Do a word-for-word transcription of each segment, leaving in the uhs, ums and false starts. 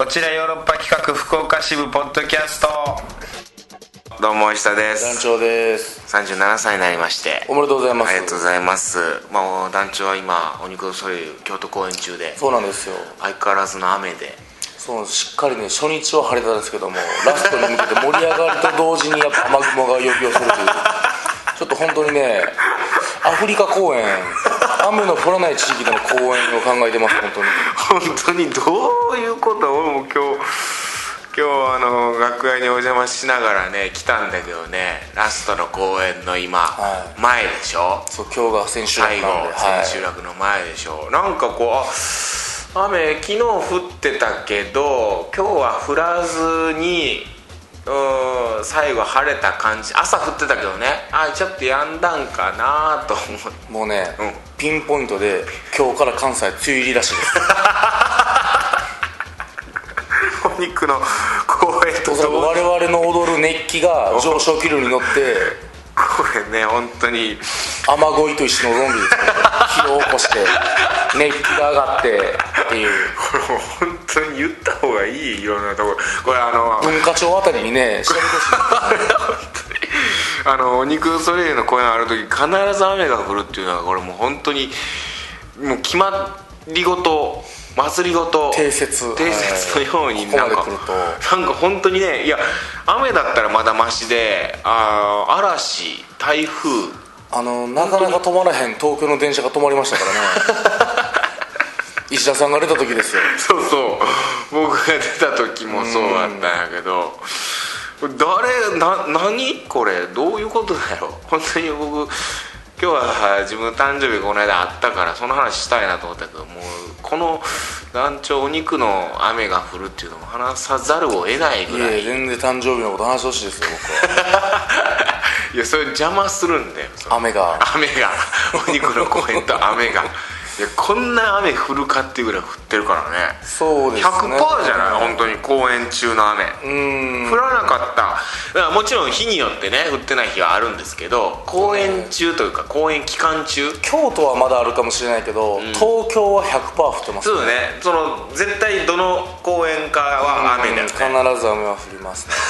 ちらヨーロッパ企画福岡支部ポッドキャスト。どうも石田です。 団長です。 さんじゅうななさいになりましておめでとうございます。 ありがとうございます。まあ、団長は今お肉のソレイユ京都公演中で、 そうなんですよ。 相変わらずの雨で、 そうなんです。しっかりね、初日は晴れたんですけども、ラストに向けて盛り上がりと同時にやっぱ雨雲が呼び寄せるというちょっと本当にね、アフリカ公演、雨の降らない地域での公演を考えてます。本当に本当にどういうこと。俺も今日今日あの楽屋にお邪魔しながらね来たんだけどね、ラストの公演の今、はい、前でしょ。 そう、今日が千秋楽なんで、 最後千秋楽の前でしょ、はい、なんかこう、あ雨昨日降ってたけど今日は降らずに、うん、最後晴れた感じ。朝降ってたけどね、あちょっとやんだんかなと思って、 もうね、 うん、 ピンポイントで今日から関西梅雨入りらしいですお肉の公園と我々の踊る熱気が上昇気流に乗ってこれね、本当に雨乞いと一緒のゾンビですけど火を起こして熱気が上がってっていう、 これもう本当に言った方がいい。いろんなところ、これあの文化庁あたりにね調べてほしいあのお肉ソレイユの公演ある時必ず雨が降るっていうのは、これもう本当にもう決まりごと、祭りごと、 定説定説のように、なんか、 ここまで来るとなんか本当にね、いや雨だったらまだマシで、あ嵐、台風、 あのなかなか止まらへん東京の電車が止まりましたからね石田さんが出た時ですよ。 そうそう、僕が出た時もそうだったんやけど、誰な何これどういうことだよ。本当に僕今日は自分の誕生日がこの間あったからその話したいなと思ったけど、もうこの団長お肉の雨が降るっていうのも話さざるを得ないぐらい。 いや全然誕生日のこと話してほしいですよ僕はいやそれ邪魔するんだよ、 雨が雨がお肉の公園と雨がいやこんな雨降るかっていうぐらい降ってるからね。 そうですね、 ひゃくパーセント じゃない本当に公演中の雨。 うーん降らなかった。だからもちろん日によってね降ってない日はあるんですけど、公演中というか公演期間中、 京都はまだあるかもしれないけど、うん、東京は ひゃくパーセント 降ってますね。 そうね、その絶対どの公演かは雨だよね、うん、 必ず雨は降りますね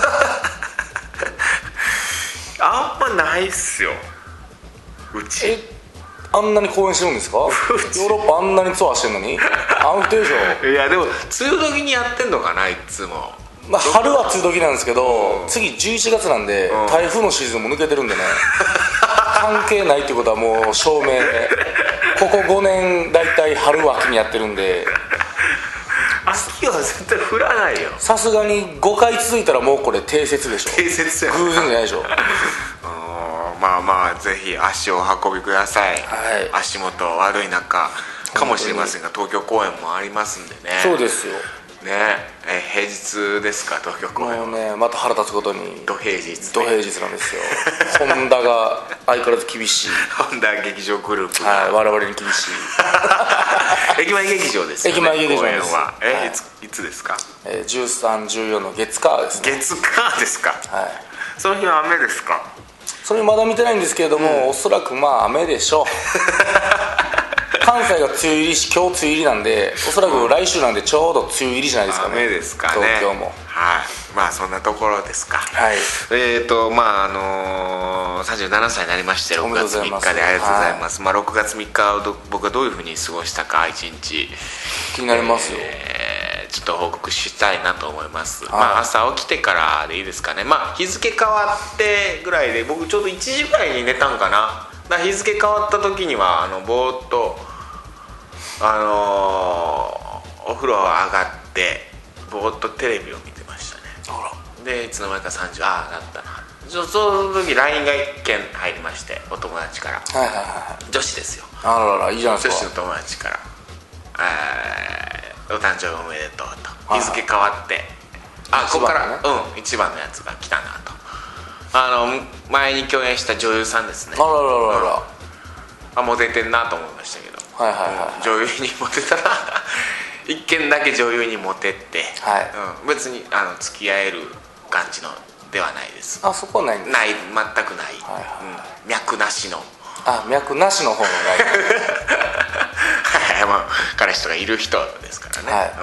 あんまないっすようち。 えあんなに公演してるんですかヨーロッパあんなにツアーしてるのにあんてでしょ。 いやでも梅雨時にやってんのかな、いつも。 まあ、春は梅雨時なんですけど、うん、次じゅういちがつなんで、うん、台風のシーズンも抜けてるんでね関係ないってことはもう証明でここごねん大体春は秋にやってるんで秋は絶対降らないよ。 さすがにごかい続いたらもうこれ定説でしょ。 定説や偶然じゃないでしょまあまあぜひ足をお運びください、はい、足元悪い中かもしれませんが東京公演もありますんでね。 そうですよねえ、平日ですか東京公演は。 もうねまた腹立つことに土平日、ね、 土平日なんですよホンダが相変わらず厳しいホンダ劇場グループが、 はい、我々に厳しい駅前劇場ですよね。 駅前劇場です。 公演はえ、 はい、 いついつですか。 えー、じゅうさん、じゅうよんの月火ですね。 月火ですか。 はい。 その日は雨ですか。 それまだ見てないんですけれども、うん、おそらくまあ雨でしょう関西が梅雨入りし今日梅雨入りなんで、おそらく来週なんでちょうど梅雨入りじゃないですかね。 雨ですかね東京も。 はい、まあそんなところですか。 はい。 えーとまああのー、さんじゅうななさいになりましてろくがつみっかでありがとうございます。はい、まあろくがつみっかを僕がどういうふうに過ごしたか一日気になりますよ。 えー、ちょっと報告したいなと思います。はい、まあ朝起きてからでいいですかね。まあ日付変わってぐらいで僕ちょうどいちじぐらいに寝たんかな。だから日付変わった時にはあのぼーっとあのー、お風呂上がってぼーっとテレビを見てましたね。 あらでいつの間にかさんじゅうああなったな。そその時 ライン がいっけん入りまして、お友達から。 はいはいはい、 女子ですよ。 あらららいいじゃないですか。 女子の友達からえー、お誕生日おめでとうと、日付変わって、あここから、ね、うん一番のやつが来たなと。あの前に共演した女優さんですね。 あらららら、 うん、あモテてんなと思いましたけど、 はいはいはい、 うん、女優にモテたら一件だけ女優にモテって、 はい、 うん、別にあの付き合える感じのではないです。 あそこはないんですか。 ない全くない、はいはい、うん、脈なしの。 あ脈なしの方のないはい、まあ彼氏とかいる人ですからね、 はい、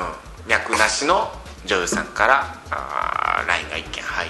脈なしの女優さんからあ ライン がいっけん入って、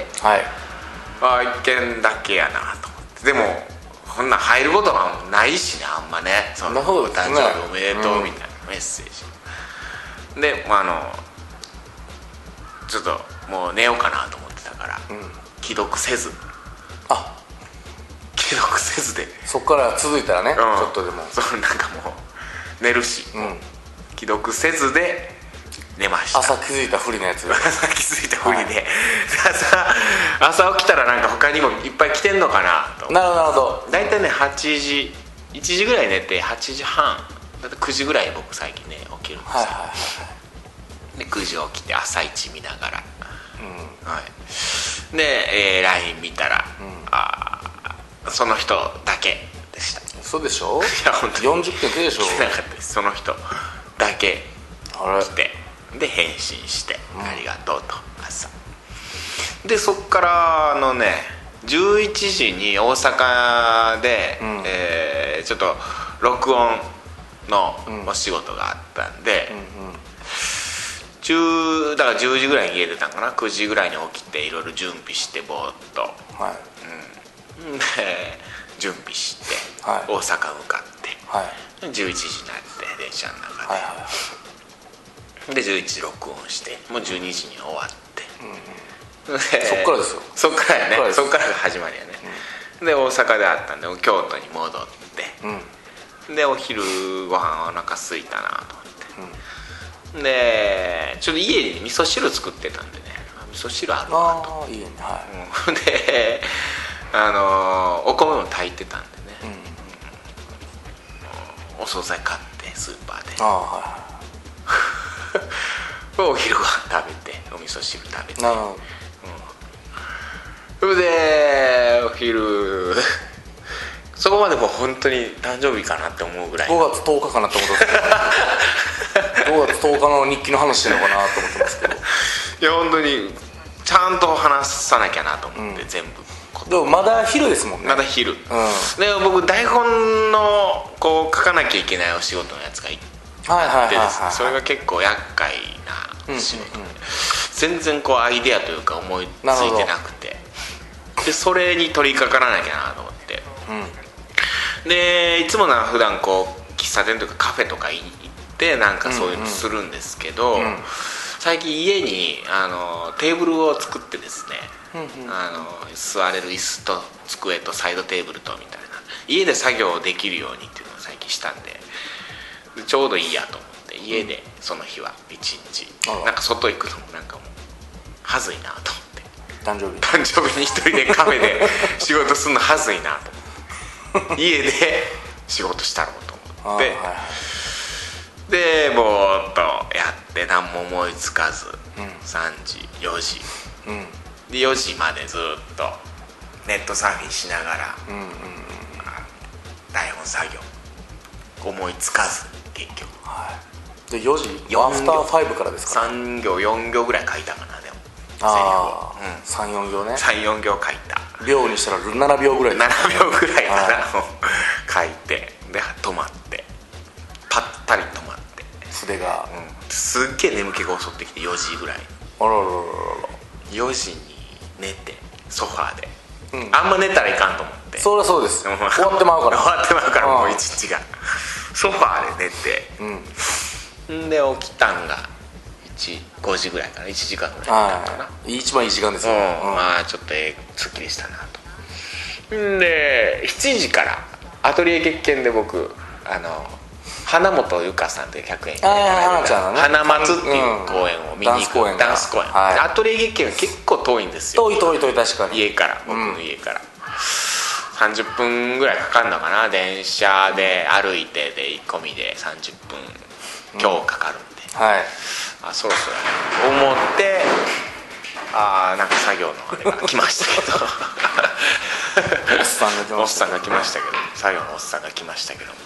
はい、 あいっけんだけやなと思って。でもこんなん入ることがないしね、あんまね、そのお誕生日おめでとうみたいなメッセージ、うん、で、まあ、あのちょっともう寝ようかなと思ってたから、うん、既読せずあ既読せずでそっから続いたらね、うん、ちょっとでもそうなんかもう寝るし、うん、既読せずで寝ました。 朝気づいたふりのやつ朝気づいたふりで、はい、朝, 朝起きたらなんか他にもいっぱい来てんのかなと。 なるほどなるほど。 大体ねはちじいちじぐらい寝てはちじはんだってくじぐらい僕最近ね起きるんですよ、はいはいはい、でくじ起きて朝一見ながら、うんはい、で、えー、ライン 見たら、うん、あその人だけでした。 そうでしょ。 いや本当によんじゅっぷん来てでしょ。 来てなかったです。その人だけ来てで返信して、うん、ありがとうと朝で、そっからのねじゅういちじに大阪で、うんえー、ちょっと録音のお仕事があったんで、うんうん、10だからじゅうじぐらいに家出たんかな。くじぐらいに起きていろいろ準備してぼーっと、はいうん、で準備して、はい、大阪向かって、はい、じゅういちじになって電車の中で、はいはい、でじゅういちじ録音してもうじゅうにじに終わって、うん、 そっからですよ。 そっからやね。そっからが始まりやね、うん、で大阪であったんで京都に戻って、うん、でお昼ご飯お腹空いたなと思って、うん、でちょっと家に味噌汁作ってたんでね、味噌汁あるわと。 あ家に、はい、 うん、であのお米も炊いてたんでね、うん、お惣菜買ってスーパーで、あ、はいお昼ご飯食べてお味噌汁食べて、なるほど、うん、それでお昼そこまでもう本当に誕生日かなって思うぐらいごがつとおかかなって思ってますごがつとおかの日記の話してるのかなと思ってますけど、 いや本当にちゃんと話さなきゃなと思って、うん、全部でもまだ昼ですもんね。 まだ昼、うん、で僕台本のこう書かなきゃいけないお仕事のやつがいってはいはいはいはい、 それが結構厄介な仕事で、うんうんうん、全然こうアイデアというか思いついてなくて、でそれに取り掛からなきゃなと思って、うん、でいつもなら普段こう喫茶店というかカフェとか行ってなんかそういうのするんですけど、うんうん、最近家にあのテーブルを作ってですね、うんうん、あの座れる椅子と机とサイドテーブルとみたいな家で作業できるようにっていうのを最近したんでちょうどいいやと思って家でその日は一日、うん、なんか外行くのもなんかもうはずいなと思って、誕生日誕生日に一人でカフェで仕事するのはずいなと思って家で仕事したろうと思って、はいはい、でぼーっとやって何も思いつかず、うん、さんじよじ、うん、でよじまでずっとネットサーフィンしながら、うんうんうん、台本作業思いつかず結局、はい、でよじアフターファイブからですか、 ね、さん行よん行ぐらい書いたかな。でもああ、うん、さんよん行ね。 さんよん行書いた。 秒にしたらななびょうぐらいななびょうぐらいかな書いてで止まってパッタリ止まって筆が、 うん、すっげえ眠気が襲ってきてよじぐらい、 あらららららよじに寝てソファーで、うん、あんま寝たらいかんと思って。 そりゃそうです終わってまうから終わってまうからもう一日がソファーで寝て、うん、で起きたんがごじぐらいかな、いちじかんぐらいだったかな。 一番いい時間ですよ、 うんうん、まあちょっとええすっきりしたなと。んでしちじからアトリエ月見で僕あの花本ゆかさんという客演員花松っていう公演を見に行く、うん、ダンス公演、はい、アトリエ月見は結構遠いんですよ。 遠い遠い遠い確かに家から僕の家から、うん、さんじゅっぷんぐらいかかるのかな。電車で歩いてで込みでさんじゅっぷん今日かかるんで、うん、はい、あそろそろ思ってあなんか作業のあれが来ましたけどおっさんが来ましたおっさんが来ましたけど作業のおっさんが来ましたけど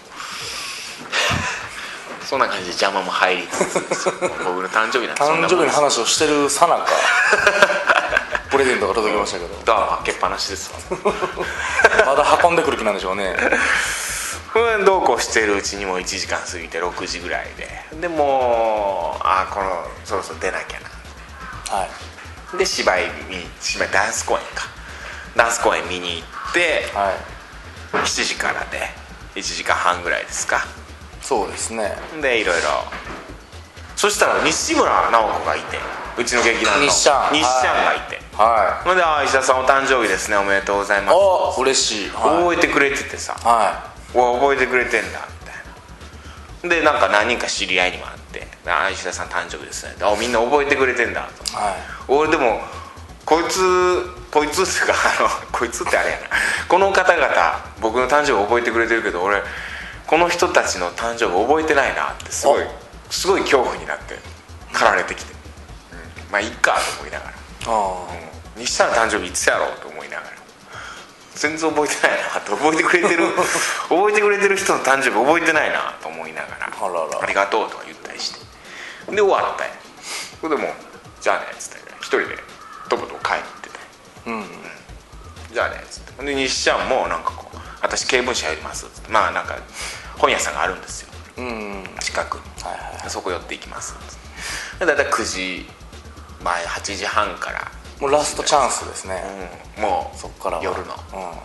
そんな感じで邪魔も入りつつ僕の誕生日なんてそんなもんです。 誕生日の話をしてるさなかプレゼントが届きましたけどドア開けっぱなしですわまだ運んでくる気なんでしょうね。 どうこうしてるうちにもいちじかん過ぎてろくじぐらいで、でもうあこのそろそろ出なきゃな、はい、で芝居見芝居ダンス公演かダンス公演見に行って、はい、しちじからでいちじかんはんぐらいですか。 そうですね。 でいろいろそしたら西村直子がいて、うちの劇団の西ちゃん西ちゃんがいて、 はい、 ほんであ石田さんお誕生日ですねおめでとうございます、 お嬉しい、 はい、覚えてくれててさ、はい、覚えてくれてんだみたいな。でなんか何人か知り合いにもあってあ石田さん誕生日ですねあみんな覚えてくれてんだと、はい、俺でもこいつこいつっていうかあのこいつってあれやなこの方々僕の誕生日覚えてくれてるけど俺この人たちの誕生日覚えてないなってすごいすごい恐怖になって駆られてきて、うん、まあいっかと思いながら、あ、うん、西ちゃんの誕生日いつやろうと思いながら全然覚えてないなと覚えてくれてる覚えてくれてる人の誕生日覚えてないなと思いながら あ, ららありがとうとか言ったりしてで終わったよ。それでもじゃあねっつって一人でとぼとぼ帰ってて、うんうん、じゃあねっつってで西ちゃんもなんかこう私経文社やりますっつってまあなんか本屋さんがあるんですよ、うん、近くに、はいはい、そこ寄っていきますっつってだいたいくじまえはちじはんからもうラストチャンスですね、 うん、もうそっから夜の、うん、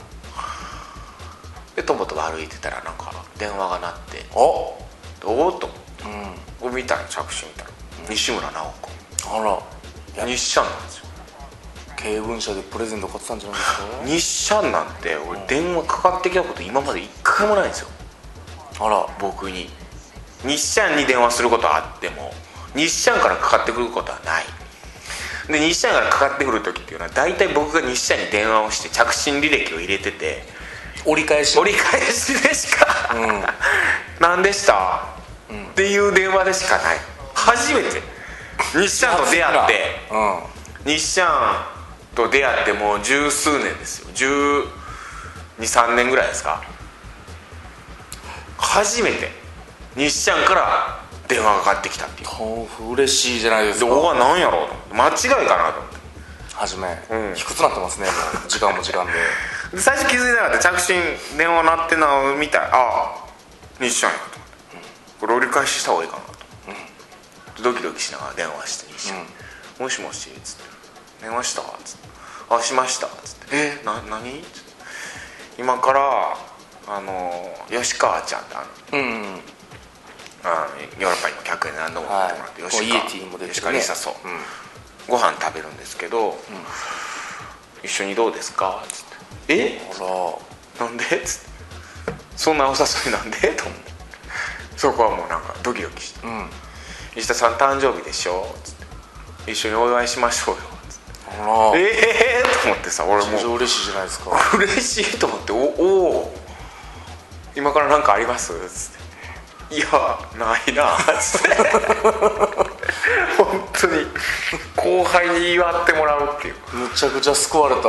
でとぼとぼ歩いてたらなんか電話が鳴っておおっと思って、うん、俺見たら着信見たら、うん、西村直子あら西ちゃんなんですよ。 経文社でプレゼント買ってたんじゃないですか。 西ちゃんなんて俺電話かかってきたこと今まで一回もないんですよ。あら僕に西ちゃんに電話することはあっても西ちゃんからかかってくることはない。で西ちゃんからかかってくる時っていうのは大体僕が西ちゃんに電話をして着信履歴を入れてて折り返し折り返しでしか、うん、何でした、うん、っていう電話でしかない。初めて西ちゃんと出会って、うん、西ちゃんと出会ってもう十数年ですよ。じゅうに、さんねんぐらいですか。初めて西ちゃんから電話がかかってきたっていう。 嬉しいじゃないですか。 僕は何やろうと思って間違いかなと思って初め、うん、卑屈なってますねもう時間も時間でで最初気づいてなかった着信電話鳴ってんのを見たらああ西ちゃんやと思って、うん、これ折り返しした方がいいかなと、うん、ドキドキしながら電話して西ちゃん、うん、もしもしっつって電話したっつってあしましたっつってえな何っつって今からあの吉川ちゃんってあの、うんうん、あのヨーロッパにも客に何度も来てもらって、はい、吉川イエティも出てるね吉川リサそう、うん、ご飯食べるんですけど、うん、一緒にどうですかっつってえあらなんでっつってそんなお誘いなんでと思ってそこはもうなんかドキドキして、うん、石田さん誕生日でしょっつって一緒にお祝いしましょうよつってあらええー、と思ってさ俺もう嬉しいじゃないですか。 嬉しいと思っておお今から何かありますっつっていやないなっつって本当に後輩に祝ってもらうっていうむちゃくちゃ救われた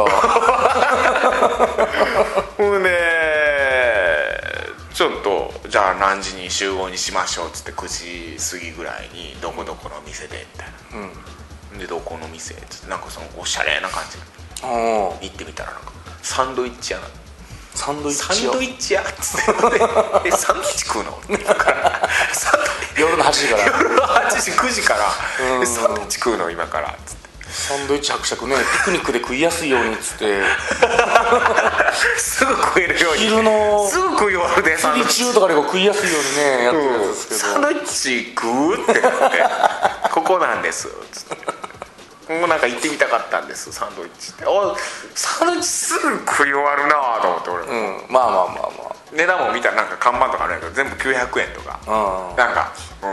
ほんでちょっとじゃあ何時に集合にしましょうっつってくじ過ぎぐらいにどこどこの店でみたいな、うん、でどこの店っつってなんかそのおしゃれな感じ行ってみたらなんかサンドイッチ屋なの。 サンドイッチ屋サンドイッチ屋っつってえサンドイッチ食うの夜のはちじから夜のはちじくじからえサンドイッチ食うの今からっつってサンドイッチ伯爵ねピクニックで食いやすいようにっつってすぐ食えるように昼のすぐ食い終わるで釣り中とかで食いやすいようにねやってるやつですけど、 サンドイッチ食うってなってここなんですっつってもうなんか行ってみたかったんですサンドイッチっておサンドイッチすぐ食い終わるなと思って俺、 うん、まあまあまあまあ値段も見たらなんか看板とかあるんやけど全部きゅうひゃくえんとか、うん、なんか、うん、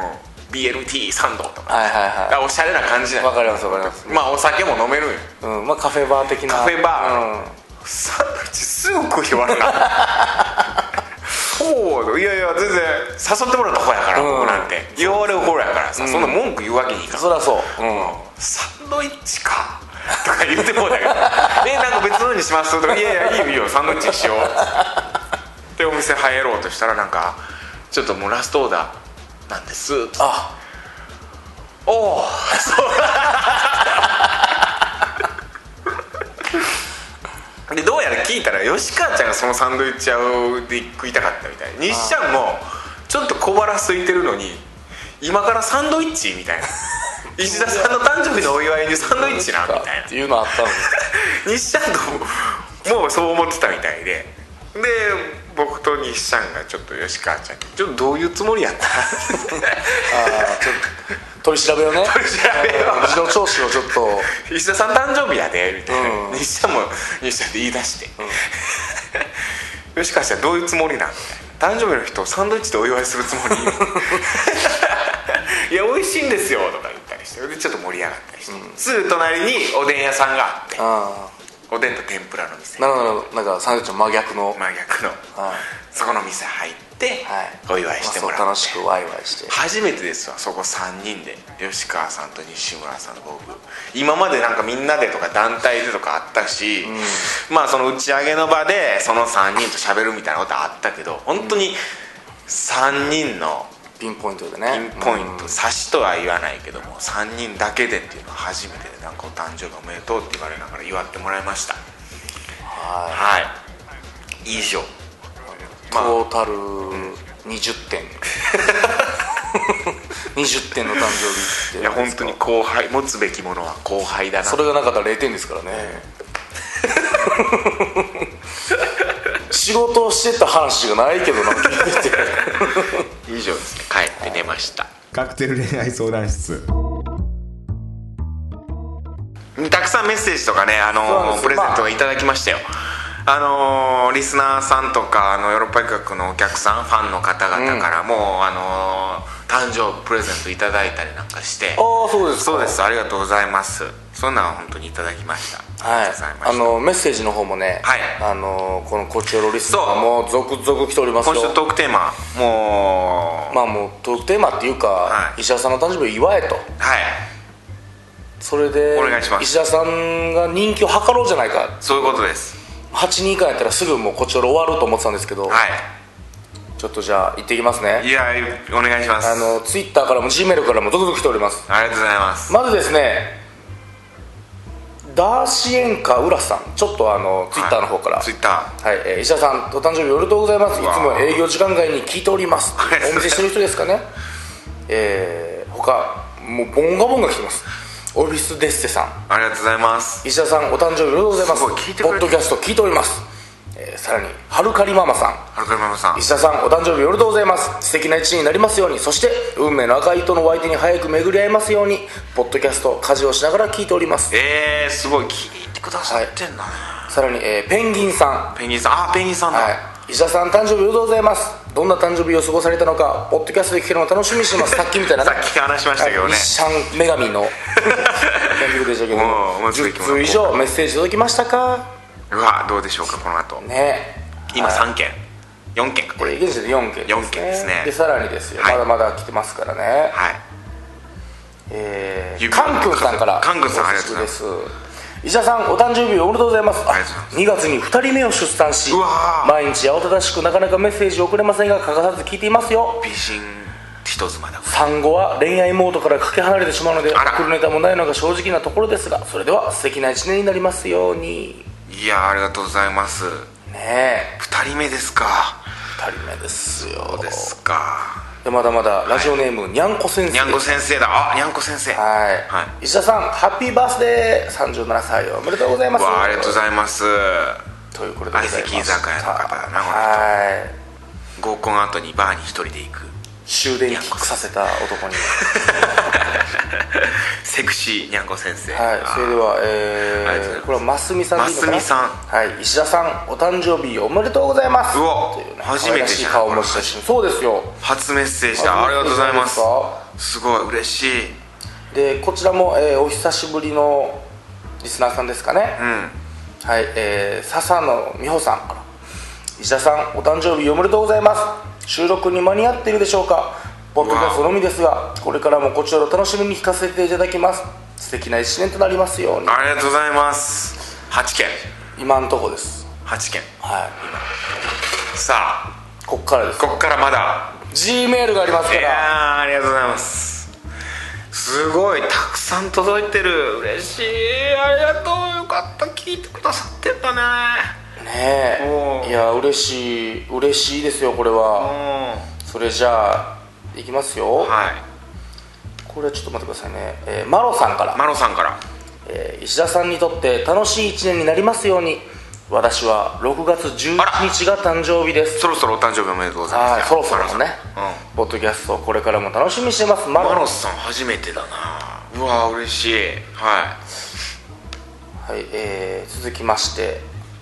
ビーエルティー サンドとか、はいはいはい、おしゃれな感じなんわかりますわかります。 まあお酒も飲めるんや、 うん、まあカフェバー的なカフェバー、うん、サンドイッチすぐ食い終わるなそういやいや全然誘ってもらった方やから、うん、僕なんて言われる方やからさ、うん、そんな文句言うわけにいかん。 そりゃそう、うん、 サンドイッチかとか言ってもうだけどえなんか別のにしますとかいやいやいいよいいよサンドイッチにしようでお店入ろうとしたらなんかちょっともうラストオーダーなんですってあおおそうでどうやら聞いたら吉川ちゃんがそのサンドイッチ屋で食いたかったみたい。西ちゃんもちょっと小腹空いてるのに今からサンドイッチみたいな石田さんの誕生日のお祝いにサンドイッチなみたいなっていうのあったんです西ちゃんともうそう思ってたみたいで、で僕と西ちゃんがちょっと吉川ちゃんにちょっとどういうつもりやったあちょっと取り調べをね取り調べを事情聴取をちょっと石田さん誕生日やでみたいな、うん、西ちゃんも西ちゃんで言い出して、うん、吉川ちゃんどういうつもりなんみたいな、誕生日の人をサンドイッチでお祝いするつもりいや美味しいんですよとか言ったりして、でちょっと盛り上がったりして、うん、すぐ隣におでん屋さんがあって、あおでんと天ぷらの店、 なるほど、なんかサンドイッチの真逆の真逆の、はい、そこの店入って、はい、お祝いしてもらって、 まあ、楽しくワイワイして初めてですわ、そこさんにんで吉川さんと西村さんと僕、今までなんかみんなでとか団体でとかあったし、うん、まあその打ち上げの場でそのさんにんと喋るみたいなことあったけど、本当にさんにんのピンポイントでね、 ピンポイント、差しとは言わないけどもさんにんだけでっていうのは初めてで、なんかお誕生日おめでとうって言われながら祝ってもらいました。はい、はい、以上トータルにじゅってん、うん、にじゅってんの誕生日って、 いや本当に後輩、持つべきものは後輩だな。 それがなかったられいてんですからね仕事をしてた話がないけどな聞いてて以上ですね、帰って寝ました。 カクテル恋愛相談室、 たくさんメッセージとかね、あのー、プレゼントがいただきましたよ。あのー、リスナーさんとかあのヨーロッパ企画のお客さん、ファンの方々からも、うん、あのー、誕生日プレゼントいただいたりなんかして、 ああそうですか、 そうです、ありがとうございます。そんなの本当にいただきました。 はい、あのメッセージの方もね、はい、あのこのこちらのリスナーも続々来ておりますよ。 今週トークテーマ、もうまあもうトークテーマっていうか、はい、石田さんの誕生日を祝えと、はい、それでお願いします。 石田さんが人気を測ろうじゃないか、 そういうことです。 はちにん以下やったらすぐもうこっちら終わると思ってたんですけど、はい、ちょっとじゃあ行ってきますね。 いやお願いします。 あのツイッターからも G メールからも続々来ております。 ありがとうございます。 まずですね、ダーシエンカウラさん、ちょっとあのツイッターの方から、はい、 ツイッター、 はい、えー、石田さんお誕生日おめでとうございます。いつも営業時間外に聞いております。お店してる人ですかね。えー、他もうボンガボンが来てます。オフィスデッセさん、 ありがとうございます。 石田さんお誕生日おめでとうございます。ポッドキャスト聞いております。えー、さらにはるかりママさん、 はるかりママさん、 石田さんお誕生日おめでとうございます。素敵な一日になりますように、そして運命の赤い糸のお相手に早く巡り合いますように、ポッドキャスト家事をしながら聞いております。 えー、すごい聞いてくださってんだね、 はい、さらに、えー、ペンギンさん、 ペンギンさん、あ、ペンギンさんだ、はい、 石田さん誕生日おめでとうございます。どんな誕生日を過ごされたのかポッドキャストで聞けるのを楽しみにしてます。さっきみたいな、ね、 さっき話しましたけどね、 日シャン女神の天でしたけどもじゅっつう以上メッセージ届きましたか。 うわ、どうでしょうかこの後ね。 今さんけん、よんけんかこれ、 現時点でよんけんですね。 よんけんですね。 でさらにですよ、はい、まだまだ来てますからね。はい、えー、カン君さんから、 カン君さんありがとうございます。 石田さんお誕生日おめでとうございます。あ、にがつにふたりめを出産し、毎日慌ただしくなかなかメッセージを送れませんが欠かさず聞いていますよ。 美人人妻だ。 産後は恋愛モードからかけ離れてしまうので送るネタもないのが正直なところですが、それでは素敵な一年になりますように。 いやありがとうございますね。えふたりめですか。 ふたりめですよ。 そうですか。 でまだまだラジオネーム、はい、にゃんこ先生。 にゃんこ先生だ。あ、にゃんこ先生、 はい、はい、石田さんハッピーバースデー、さんじゅうななさいおめでとうございます。 わあ、ありがとうございます。 ということでございます。 相席居酒屋の方だな、この人。 はい、 合コン後にバーに一人で行く終電キックさせた男にセクシーにゃんこ先生。 はい、それでは、えー、これはますみさんでいいのかな。 ますみさん、 はい、石田さんお誕生日おめでとうございます。 うわ、 という、ね、 初めてじゃん。 顔文字写真。そうですよ、 初メッセージだ。ありがとうございます。すごい嬉しい。 でこちらも、えー、お久しぶりのリスナーさんですかね。うん、はい、えー、笹野美穂さんから、石田さんお誕生日おめでとうございます。収録に間に合っているでしょうか。ポッドキャストのみですがこれからもこちらを楽しみに聞かせていただきます。素敵な一年となりますように。 ありがとうございます。はちけん今んとこです。 はちけん、 はい、 さあこっからです。 こっからまだ G メールがありますから。 いやありがとうございます。すごいたくさん届いてる。嬉しい、ありがとう。よかった、聞いてくださってんだね。 ねねえ、いや嬉しい嬉しいですよこれは。それじゃあいきますよ。 はい、 これはちょっと待ってくださいね、えー、マロさんからマロさんから、 えー、石田さんにとって楽しいいちねんになりますように。私はろくがつじゅういちにちが誕生日です。 そろそろお誕生日おめでとうございます。 あそろそろもね、うん、ポッドキャストこれからも楽しみにしてます。 マロさん初めてだな。うわ嬉しい。はい、 はい、えー、続きまして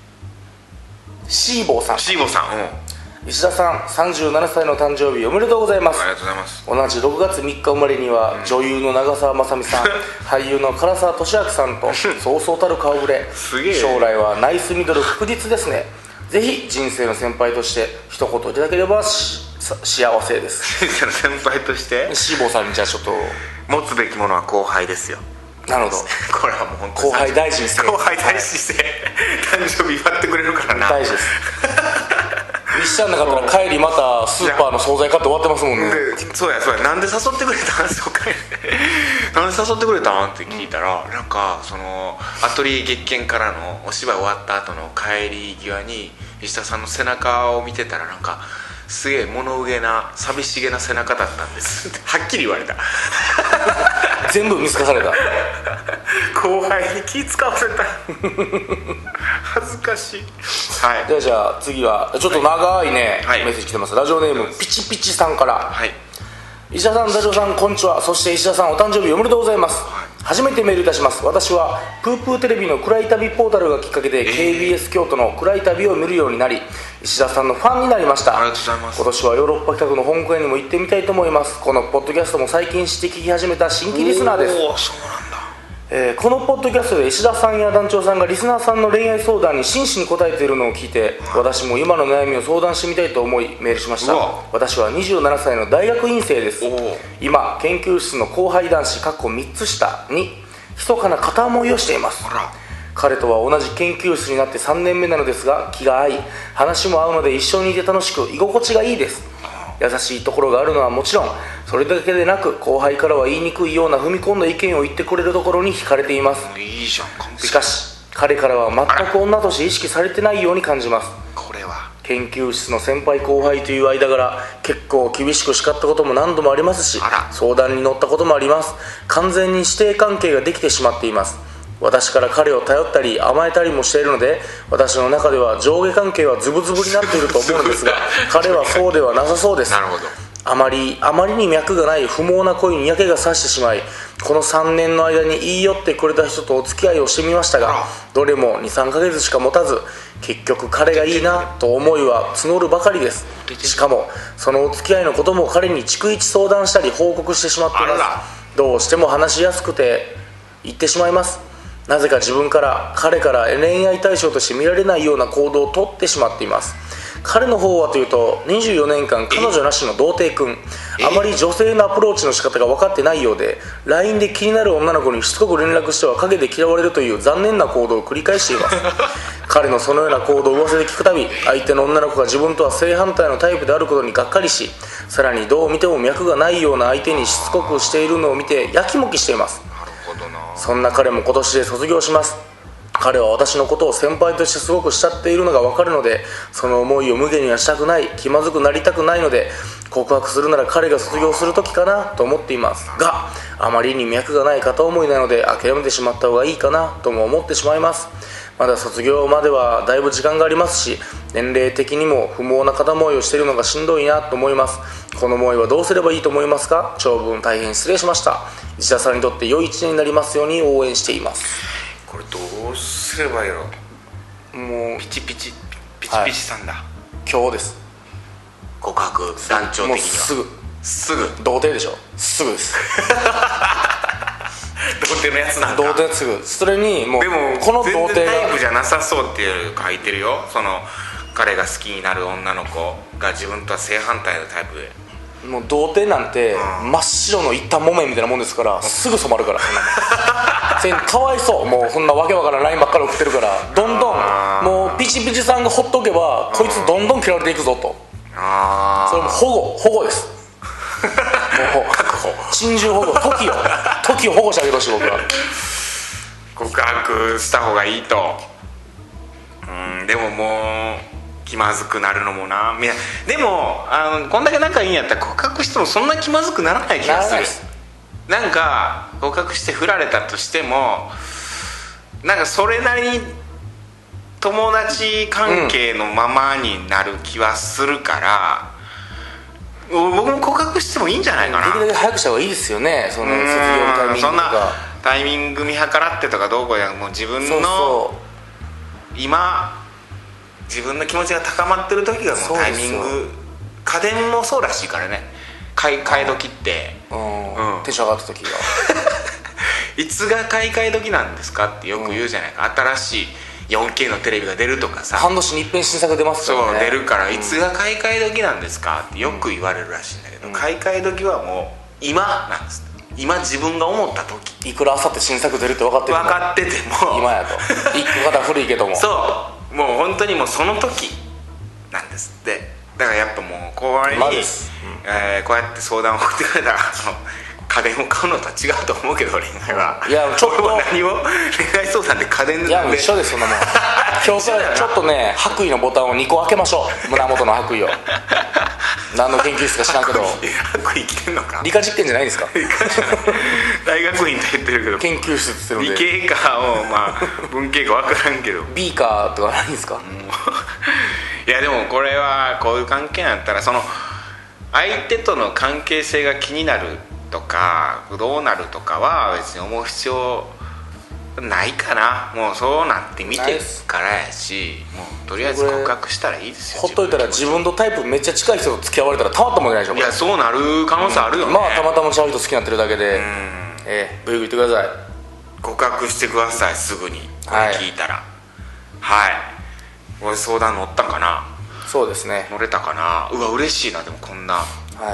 シーボーさんシーボーさん、うん、 石田さんさんじゅうななさいの誕生日おめでとうございます。 ありがとうございます。 同じろくがつみっか生まれには、うん、女優の長澤まさみさん俳優の唐沢寿明さんとそうそうたる顔ぶれすげえ。 将来はナイスミドル確実ですね。ぜひ人生の先輩として一言いただければし幸せです。 人生の先輩としてシーボーさんにじゃあちょっと持つべきものは後輩ですよ。 なるほどこれはもう本当に後輩大事にして後輩大事にして、はい、誕生日祝ってくれるからな。 大事です西ちゃんなかったら帰りまたスーパーの惣菜買って終わってますもんね。 そうやそうや、なんで誘ってくれたんそうかなんで誘ってくれたんって聞いたら、うん、なんかそのアトリエ月見からのお芝居終わった後の帰り際に石田さんの背中を見てたら、なんかすげえ物憂げな寂しげな背中だったんですはっきり言われた全部見透かされた後輩に気使わせた恥ずかしい。はい、 ではじゃあ次はちょっと長いね、 はい、 メッセージ来てます。ラジオネームピチピチさんから、 はい、 石田さん、ダジョウさん、こんにちは。そして石田さん、お誕生日おめでとうございます、はい、初めてメールいたします。私はプープーテレビの暗い旅ポータルがきっかけで、えー、ケービーエス 京都の暗い旅を見るようになり、石田さんのファンになりました。 ありがとうございます。 今年はヨーロッパ企画の香港へにも行ってみたいと思います。このポッドキャストも最近知って聞き始めた新規リスナーです。 おー、そうなんだ。 えー、このポッドキャストで石田さんや団長さんがリスナーさんの恋愛相談に真摯に答えているのを聞いて、私も今の悩みを相談してみたいと思いメールしました。私はにじゅうななさいの大学院生です。今研究室の後輩男子みっつ下に密かな片思いをしています。彼とは同じ研究室になってさんねんめなのですが、気が合い話も合うので一緒にいて楽しく居心地がいいです。優しいところがあるのはもちろん、それだけでなく後輩からは言いにくいような踏み込んだ意見を言ってくれるところに惹かれています。 いいじゃん、完璧。 しかし彼からは全く女として意識されてないように感じます。 これは研究室の先輩後輩という間柄、結構厳しく叱ったことも何度もありますし、相談に乗ったこともあります。完全に師弟関係ができてしまっています。私から彼を頼ったり甘えたりもしているので、私の中では上下関係はズブズブになっていると思うのですが彼はそうではなさそうです。 なるほど。 あまりあまりに脈がない不毛な恋に嫌気がさしてしまい、このさんねんの間に言い寄ってくれた人とお付き合いをしてみましたが、どれも にさんかげつしか持たず、結局彼がいいなと思いは募るばかりです。しかもそのお付き合いのことも彼に逐一相談したり報告してしまっています。どうしても話しやすくて言ってしまいます。なぜか自分から彼から恋愛対象として見られないような行動をとってしまっています。彼の方はというとにじゅうよねんかん彼女なしの童貞君、あまり女性のアプローチの仕方が分かってないようで、 ライン で気になる女の子にしつこく連絡しては陰で嫌われるという残念な行動を繰り返しています彼のそのような行動を噂で聞くたび、相手の女の子が自分とは正反対のタイプであることにがっかりし、さらにどう見ても脈がないような相手にしつこくしているのを見てやきもきしています。そんな彼も今年で卒業します。彼は私のことを先輩としてすごく慕っているのが分かるので、その思いを無限にはしたくない、気まずくなりたくないので、告白するなら彼が卒業する時かなと思っていますが、あまりに脈がない片思いなので諦めてしまった方がいいかなとも思ってしまいます。まだ卒業まではだいぶ時間がありますし、年齢的にも不毛な片思いをしているのがしんどいなと思います。この思いはどうすればいいと思いますか？長文大変失礼しました。石田さんにとって良い一年になりますように応援しています。 これどうすればいいの？もうピチピチピチピチさんだ、はい、 今日です。 告白団長的にはもうすぐすぐ童貞でしょ。すぐです童貞のやつなんか童貞すぐ。それにもうでもこの童貞が全然タイプじゃなさそうっていう書いてるよ。その彼が好きになる女の子が自分とは正反対のタイプで、 もう童貞なんて真っ白の一反木綿みたいなもんですから、すぐ染まるから、そんなもんかわいそう。もうそんなわけわからんラインばっかり送ってるから、どんどんもうピチピチさんがほっとけばこいつどんどん嫌われていくぞと。あそれも保護保護ですもう確保珍獣保護、時を時を保護してあげてほしい。僕は告白した方がいいと。 うんでももう気まずくなるのもな。いやでもあのこんだけ仲いいんやったら告白してもそんな気まずくならない気がする。な, なんか告白して振られたとしてもなんかそれなりに友達関係のままになる気はするから、うん、僕も告白してもいいんじゃないかな。 できるだけ早くした方がいいですよね。その卒業のタイミングとかそんなタイミング見計らってとかどうこうやもう自分のそうそう今自分の気持ちが高まってる時がもうタイミング。家電もそうらしいからね。買い替え時って、 うんうん、テンション上がった時がいつが買い替え時なんですかってよく言うじゃないか、うん、新しい よんケー のテレビが出るとかさ半年に一遍新作出ますからね。 そう出るから、うん、いつが買い替え時なんですかってよく言われるらしいんだけど、うん、買い替え時はもう今なんです。今自分が思った時。 いくらあさって新作出るって分かってる分かってても今やと一個方古いけどもそうもう本当にもうその時なんですって。だからやっぱもうこれに、うんえー、こうやって相談を送ってくれたら家電を買うのとは違うと思うけど恋愛は。 いやちょっと何も恋愛相談で家電でいやもう一緒ですそんなもん今日からちょっとね白衣のボタンをにこ開けましょう。胸元の白衣を何の研究室か知らんけど白衣着てんのか。 理科実験じゃないですか大学院と言ってるけど研究室って言ってるので理系かをまあ文系か分からんけどビーカーとかないんですかいやでもこれはこういう関係やったらその相手との関係性が気になるとかどうなるとかは別に思う必要ないかな。もうそうなって見てからやしもうとりあえず告白したらいいですよ。 ほっといたら自分とタイプめっちゃ近い人と付き合われたらたまったもんじゃないでしょ。 いやそうなる可能性あるよね、 うん、まあたまたまちゃう人好きになってるだけで、うんえー、ブイブイ言ってください。 告白してくださいすぐにこれ聞いたらはい、はい、これ相談乗ったかな。 そうですね乗れたかな。うわ嬉しいな。でもこんなはい、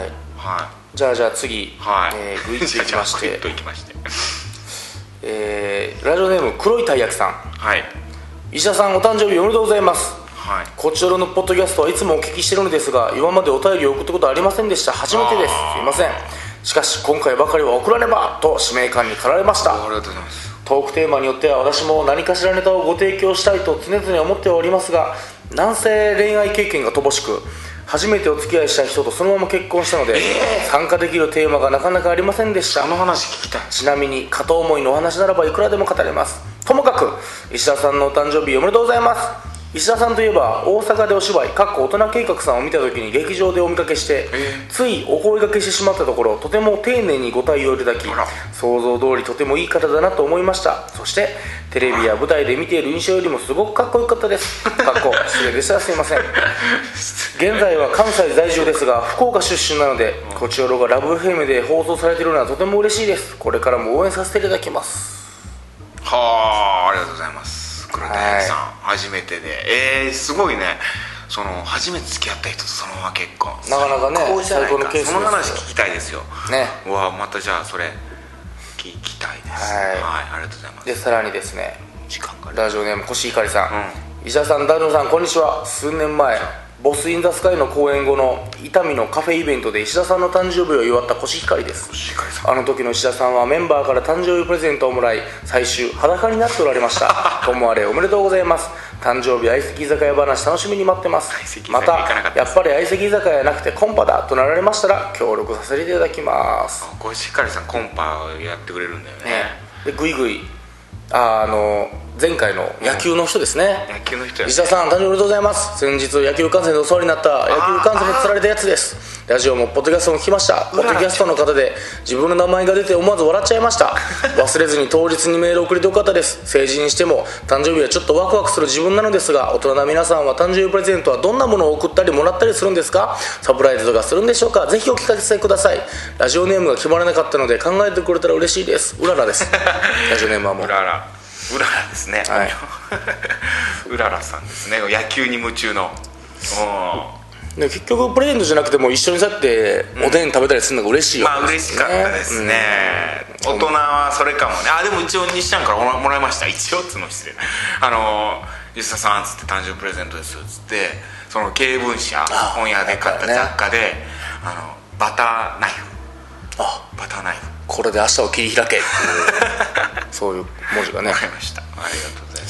はい、じゃあじゃあ次、はいえー、グイッといきましてグイッといきましてえー、ラジオネーム黒いたい焼きさん。 はい石田さんお誕生日おめでとうございます。 はい、 こちらのポッドキャストはいつもお聞きしてるのですが今までお便りを送ったことはありませんでした。初めてです。すいません。しかし今回ばかりは送らねばと使命感に駆られました。 ありがとうございます。 トークテーマによっては私も何かしらネタをご提供したいと常々思っておりますがなんせ恋愛経験が乏しく初めてお付き合いした人とそのまま結婚したので、えー、参加できるテーマがなかなかありませんでした。 その話聞きたい。 ちなみに片思いのお話ならばいくらでも語れます。ともかく石田さんのお誕生日おめでとうございます。石田さんといえば大阪でお芝居かっこ大人計画さんを見た時に劇場でお見かけして、えー、ついお声掛けしてしまったところとても丁寧にご対応いただき想像通りとてもいい方だなと思いました。そしてテレビや舞台で見ている印象よりもすごくかっこよかったです。かっこ失礼でしたらすいません。現在は関西在住ですが福岡出身なのでこちらがラブ エフエム で放送されているのはとても嬉しいです。これからも応援させていただきます。 はあありがとうございます。黒田さん、はい、初めてでえー、すごいね。その初めて付き合った人とそのまま結婚なかなかね最高のケースですよ。 その話聞きたいですよね。 うわまたじゃあそれ聞きたいです。はい、はい、ありがとうございます。 でさらにですね時間がラジオネームコシヒカリさん、 うん、 石田さんダルノさんこんにちは。数年前ボス・イン・ザ・スカイの公演後の伊丹のカフェイベントで石田さんの誕生日を祝ったコシヒカリです。あの時の石田さんはメンバーから誕生日プレゼントをもらい最終裸になっておられましたともあれおめでとうございます。誕生日相席居酒屋話楽しみに待ってます。またやっぱり相席居酒屋なくてコンパだとなられましたら協力させていただきます。 コシヒカリさんコンパやってくれるんだよね。ねでグイグイああの前回の野球の人ですね、 うん、野球の人や、ね、 石田さん誕生日おめでとうございます。先日野球観戦でお世話になった野球観戦で釣られたやつです。ラジオもポッドキャストも聞きました。ポッドキャストの方で自分の名前が出て思わず笑っちゃいました忘れずに当日にメールを送れてよかったです。成人しても誕生日はちょっとワクワクする自分なのですが大人な皆さんは誕生日プレゼントはどんなものを送ったりもらったりするんですか。サプライズとかするんでしょうか。ぜひお聞かせください。ラジオネームが決まらなかったので考えてくれたら嬉しいです。うららですラジオネームはもううららうららですね、はい、うららさんですね。野球に夢中のおで結局プレゼントじゃなくても一緒にさっておでん食べたりするのが嬉しいよ、 ね、うん、まあ嬉しかったですね、うん、大人はそれかもね。あでも一応西ちゃんからもらいました。一応っつうの失礼あの吉田さんっつって誕生日プレゼントですよっつってその経文社本屋で買った雑貨で、ね、あのバターナイフあバターナイフこれで明日を切り開けっていうそういう文字がね。 わかりました。ありがとうございます。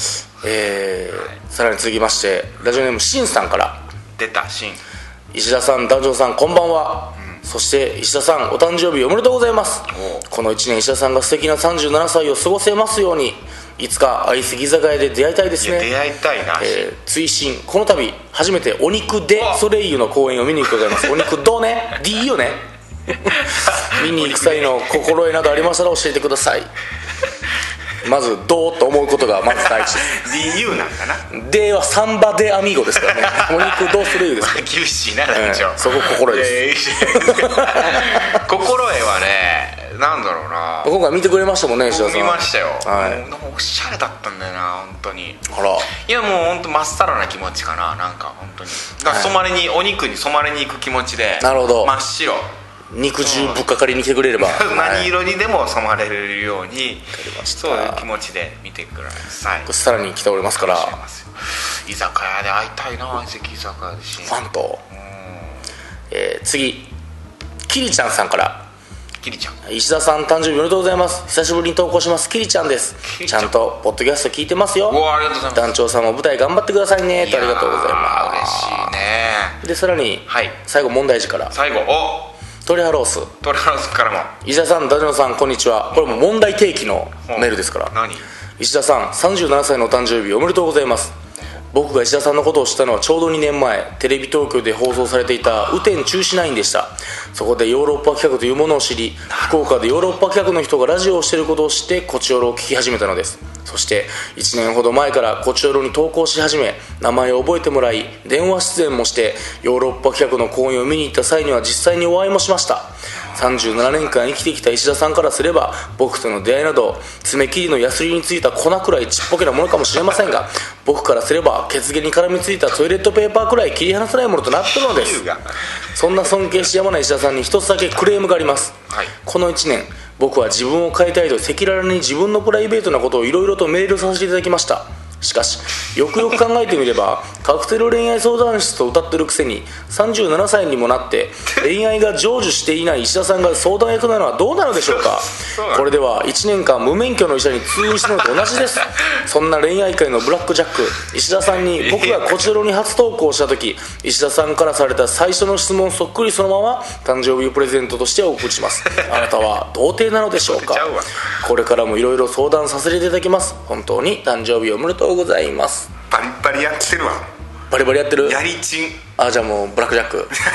えーはい、さらに続きましてラジオネームしんさんから。 出たしん。 石田さん、団長さん、こんばんは、うん、そして石田さん、お誕生日おめでとうございます。このいちねん石田さんが素敵なさんじゅうななさいを過ごせますように。いつか相席居酒屋で出会いたいですね。 いや出会いたいな、 えー、追伸この度初めてお肉でソレイユの公演を見に伺います。お肉どうね D いいよね見に行く際の心得などありましたら教えてください。まずどうと思うことがまず第一です。 ディーユー なんだな。 ではサンバデアミーゴですからね。お肉どうするですか。 厳しいな団長、 えー、そこ心得です。 心得はね、なんだろうな、 今回見てくれましたもんね石田さん。 見ましたよ、 はい、 なんかおしゃれだったんだよな本当に。 あら、 いやもう本当まっさらな気持ちかな、なんか本当にだから染まれに、はい、お肉に染まれに行く気持ちで。 なるほど、 真っ白、 肉汁ぶっかかりに来てくれれば、 うん、何色にでも染まれるように、はい、そういう気持ちで見てください。 さらに来ておりますから、 居酒屋で会いたいな、相席居酒屋でしファンと、うん、えー、次キリちゃんさんから。 キリちゃん、 石田さん誕生日おめでとうございます。久しぶりに投稿します。キリちゃんです。ちゃんとポッドキャスト聞いてますよ。 おありがとうございます。 団長さんも舞台頑張ってくださいねと。ありがとうございます。 嬉しいね。 でさらに、はい、最後問題児から。 最後おトリハローストリハロースからも。 石田さん、団長さん、こんにちは。これも問題提起のメールですから。 何。 石田さん、さんじゅうななさいのお誕生日おめでとうございます。僕が石田さんのことを知ったのはちょうどにねんまえ、テレビ東京で放送されていた雨天中止ナインでした。そこでヨーロッパ企画というものを知り、福岡でヨーロッパ企画の人がラジオをしていることを知ってこちよろを聞き始めたのです。そしていちねんほど前からこちよろに投稿し始め、名前を覚えてもらい、電話出演もしてヨーロッパ企画の公演を見に行った際には実際にお会いもしました。さんじゅうななねんかん生きてきた石田さんからすれば、僕との出会いなど爪切りのヤスリについた粉くらいちっぽけなものかもしれませんが、僕からすれば血毛に絡みついたトイレットペーパーくらい切り離せないものとなっているのです。そんな尊敬しやまない石田さんに一つだけクレームがあります、はい、このいちねん僕は自分を変えたいと赤裸々に自分のプライベートなことをいろいろとメールさせていただきました。しかしよくよく考えてみればカクテル恋愛相談室と歌ってるくせにさんじゅうななさいにもなって恋愛が成就していない石田さんが相談役なのはどうなのでしょうか。これではいちねんかん無免許の医者に通院したのと同じです。そんな恋愛界のブラックジャック石田さんに僕がこちらに初投稿した時、石田さんからされた最初の質問そっくりそのまま誕生日プレゼントとしてお送りします。あなたは童貞なのでしょうか。これからもいろいろ相談させていただきます。本当に誕生日おめでとうございます。 バリバリやってるわ。 バリバリやってる。 やりちん。 あ、じゃあもうブラックジャック。ブラ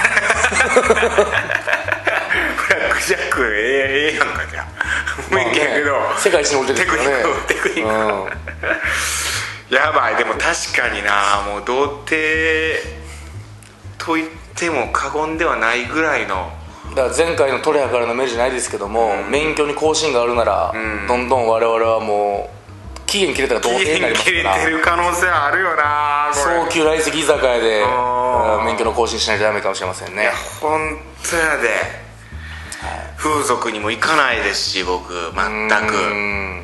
ックジャックええええやんかじゃあ。もういいけど、 まあね、世界一の俺ですからね。 テクニックテクニック。やばい。でも確かにな、もう童貞と言っても過言ではないぐらいの。 だから前回のトレハからのメールじゃないですけども、うん、免許に更新があるなら、うん、どんどん我々はもう期限切れたら童貞になりますから。 期限切れてる可能性はあるよな。 早急来席居酒屋で免許の更新しないとダメかもしれませんね。 いや本当やで、はい、風俗にも行かないですし僕全く。うん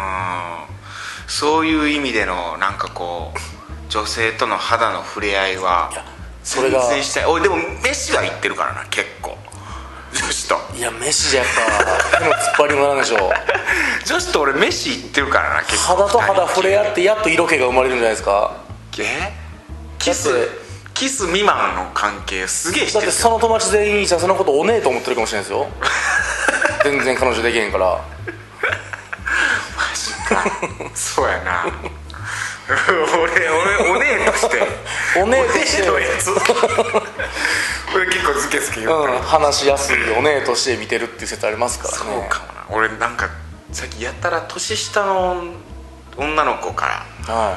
そういう意味でのなんかこう女性との肌の触れ合いは全然したい。俺でも飯は行ってるからな結構女子と。 いや飯じゃやっぱ手の突っ張りもなんでしょう。 女子と俺飯行ってるからな結構。 肌と肌触れ合ってやっと色気が生まれるんじゃないですか。 えキスキス未満の関係すげえしてる。 だってその友達全員そのことおねえと思ってるかもしれないですよ。全然彼女できへんから。 マジか。そうやな。俺俺おねえとしておねえとしてのやつ俺結構ズケズケ言うから、 うん、話しやすいおねえとして見てるっていう説ありますからね。 そうかもな。俺なんかさっきやったら年下の女の子から、はい、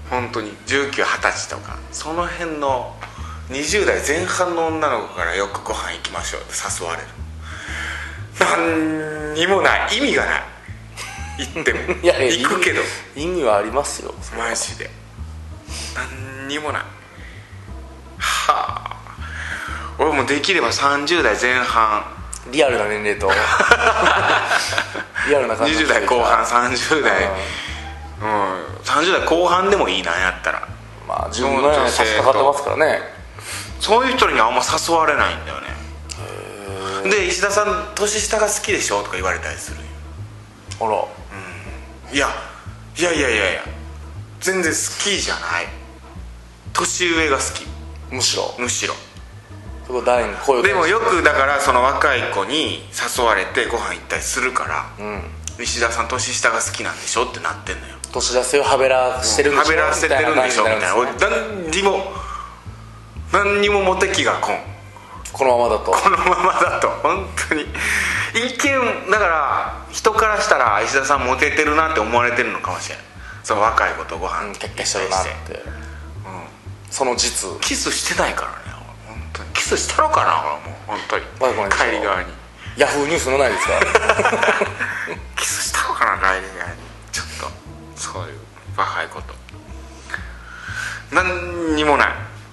本当にじゅうきゅう、はたちとかその辺のにじゅうだいぜん半の女の子からよくご飯行きましょうって誘われる。何にもない、意味がない。行ってもいやいや行くけど意味はありますよマジで。何にもない。はあ。俺もできればさんじゅうだいぜん半リアルな年齢とリアルな感じにじゅうだいこう半さんじゅうだい、うん、さんじゅうだいこう半でもいいなやったら。 まあ自分の差し掛かってますからね。 そういう人にはあんま誘われないんだよね。で石田さん年下が好きでしょとか言われたりする。 あら、 うん、いやいやいやいやいや全然好きじゃない。年上が好き。 むしろむしろそこ第二声を出して。 でもよくだからその若い子に誘われてご飯行ったりするから、 うん、 石田さん年下が好きなんでしょってなってんのよ。 年出せをはべらしてるんでしょ、 はべらせてるんでしょみたいな。俺何にも何にもモテ期がこん、 このままだとこのままだと本当に一見だから人からしたら石田さんモテてるなって思われてるのかもしれない。その若い子とご飯キャッキャしてるなって、うん、その実キスしてないからね。本当にキスしたのかな俺もう本当に帰り側にヤフーニュースのないですかキスしたのかな帰り側に。ちょっとそういう若い子と何にもない。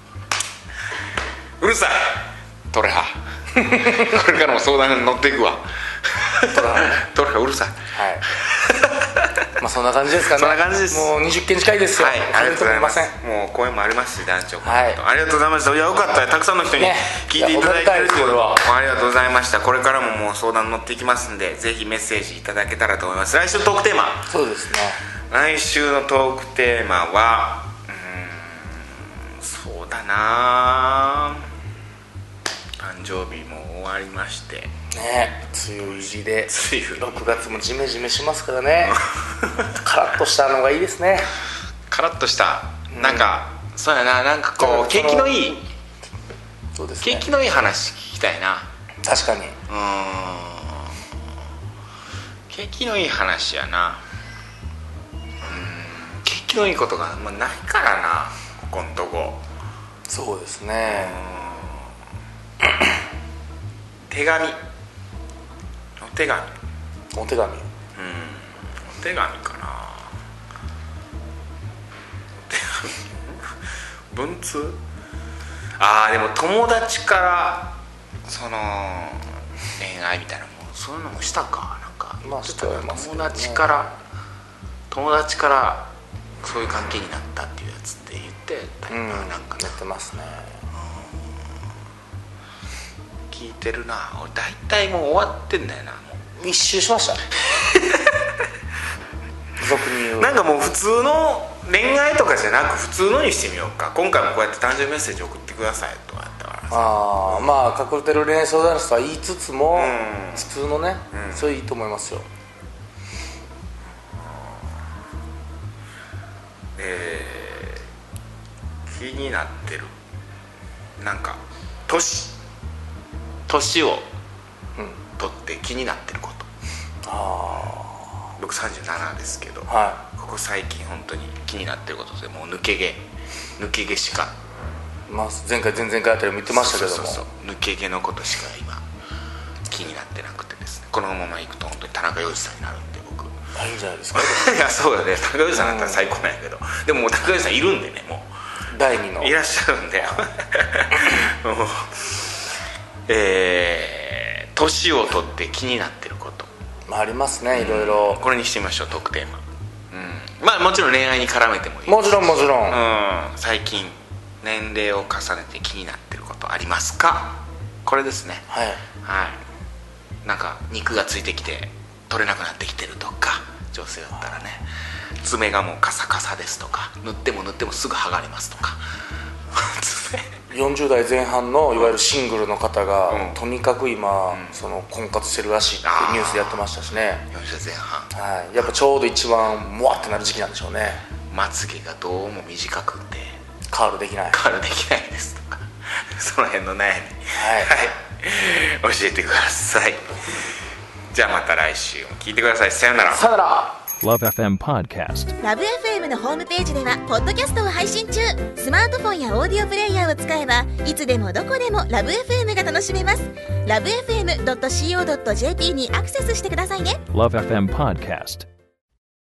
うるさいトレハこれからも相談に乗っていくわトレハトレハうるさい。はいまあそんな感じですかね。 そんな感じです。 もうにじゅっけん近いですよ。 はい、ありがとうございます。 ももう公演もありますし団長、 はい、 ありがとうございました。いやよかった、たくさんの人に聞いていただいてるということはありがとうございました。これからももう相談乗っていきますんで、ぜひメッセージいただけたらと思います。来週トークテーマ、 そうですね、 来週のトークテーマはうーんそうだな、誕生日も終わりましてね、梅雨入りで梅雨ろくがつもジメジメしますからねカラッとしたのがいいですね。 カラッとした、うん、なんかそうやな、なんかこう景気のいい、 そうですね、 景気のいい話聞きたいな。 確かに、うーん、 景気のいい話やな。うーん、景気のいいことが、まあ、ないからなここんとこ。 そうですね、 手紙、お手紙、 お手紙、うん、 お手紙かな。お手紙文通、ああでも友達からその恋愛みたいなもん、そういうのもしたかなんか言ってた、まあ友達から友達からそういう関係になったっていうやつって言ってたり、うん、なんかやってますね。 聞いてるな。俺大体もう終わってんだよな。もう一周しました俗に言うなんかもう普通の恋愛とかじゃなく普通のにしてみようか。今回もこうやって誕生日メッセージ送ってくださいとかやったからさ、 ああまあカクテル恋愛相談室とは言いつつも、うん、普通のね、うん、それいいと思いますよ。 えー、気になってるなんか年年を取って気になってること、うん、あ僕さんじゅうななですけど、はい、ここ最近本当に気になってることでもう抜け毛抜け毛しか、 まあ、前回前々回あたりも言ってましたけども、 そうそうそう抜け毛のことしか今気になってなくてですね、このままいくと本当に田中洋次さんになるんで僕あいいんじゃないですかいやそうだね、田中洋次さんだったら最高なんやけど、うん、でももう田中洋次さんいるんでね、もうだいにのいらっしゃるんでもうえー、年を取って気になってること、 まあ、ありますね、いろいろ。 これにしてみましょう、トークテーマ、うん、まあもちろん恋愛に絡めてもいい、 もちろんもちろん、 うん、最近年齢を重ねて気になってることありますか。これですね、 はい、 はい、なんか肉がついてきて取れなくなってきてるとか、女性だったらね、爪がもうカサカサですとか、塗っても塗ってもすぐ剥がれますとかよんじゅう代前半のいわゆるシングルの方が、うん、とにかく今、うん、その婚活してるらしいってニュースでやってましたしね。 よんじゅう代前半、 はい、やっぱちょうど一番もわってなる時期なんでしょうね。 まつげがどうも短くてカールできないカールできないですとかその辺の悩み、はい、はい、教えてください。じゃあまた来週も聞いてください。さよなら。 さよなら。 Love エフエム Podcast。 ラブ エフエム のホームページではポッドキャストを配信中。スマートフォンやオーディオプレイヤーを使えばいつでもどこでもラブ エフエム が楽しめます。ラブ エフエムドットシーオードットジェーピー にアクセスしてくださいね。 Love エフエム Podcast。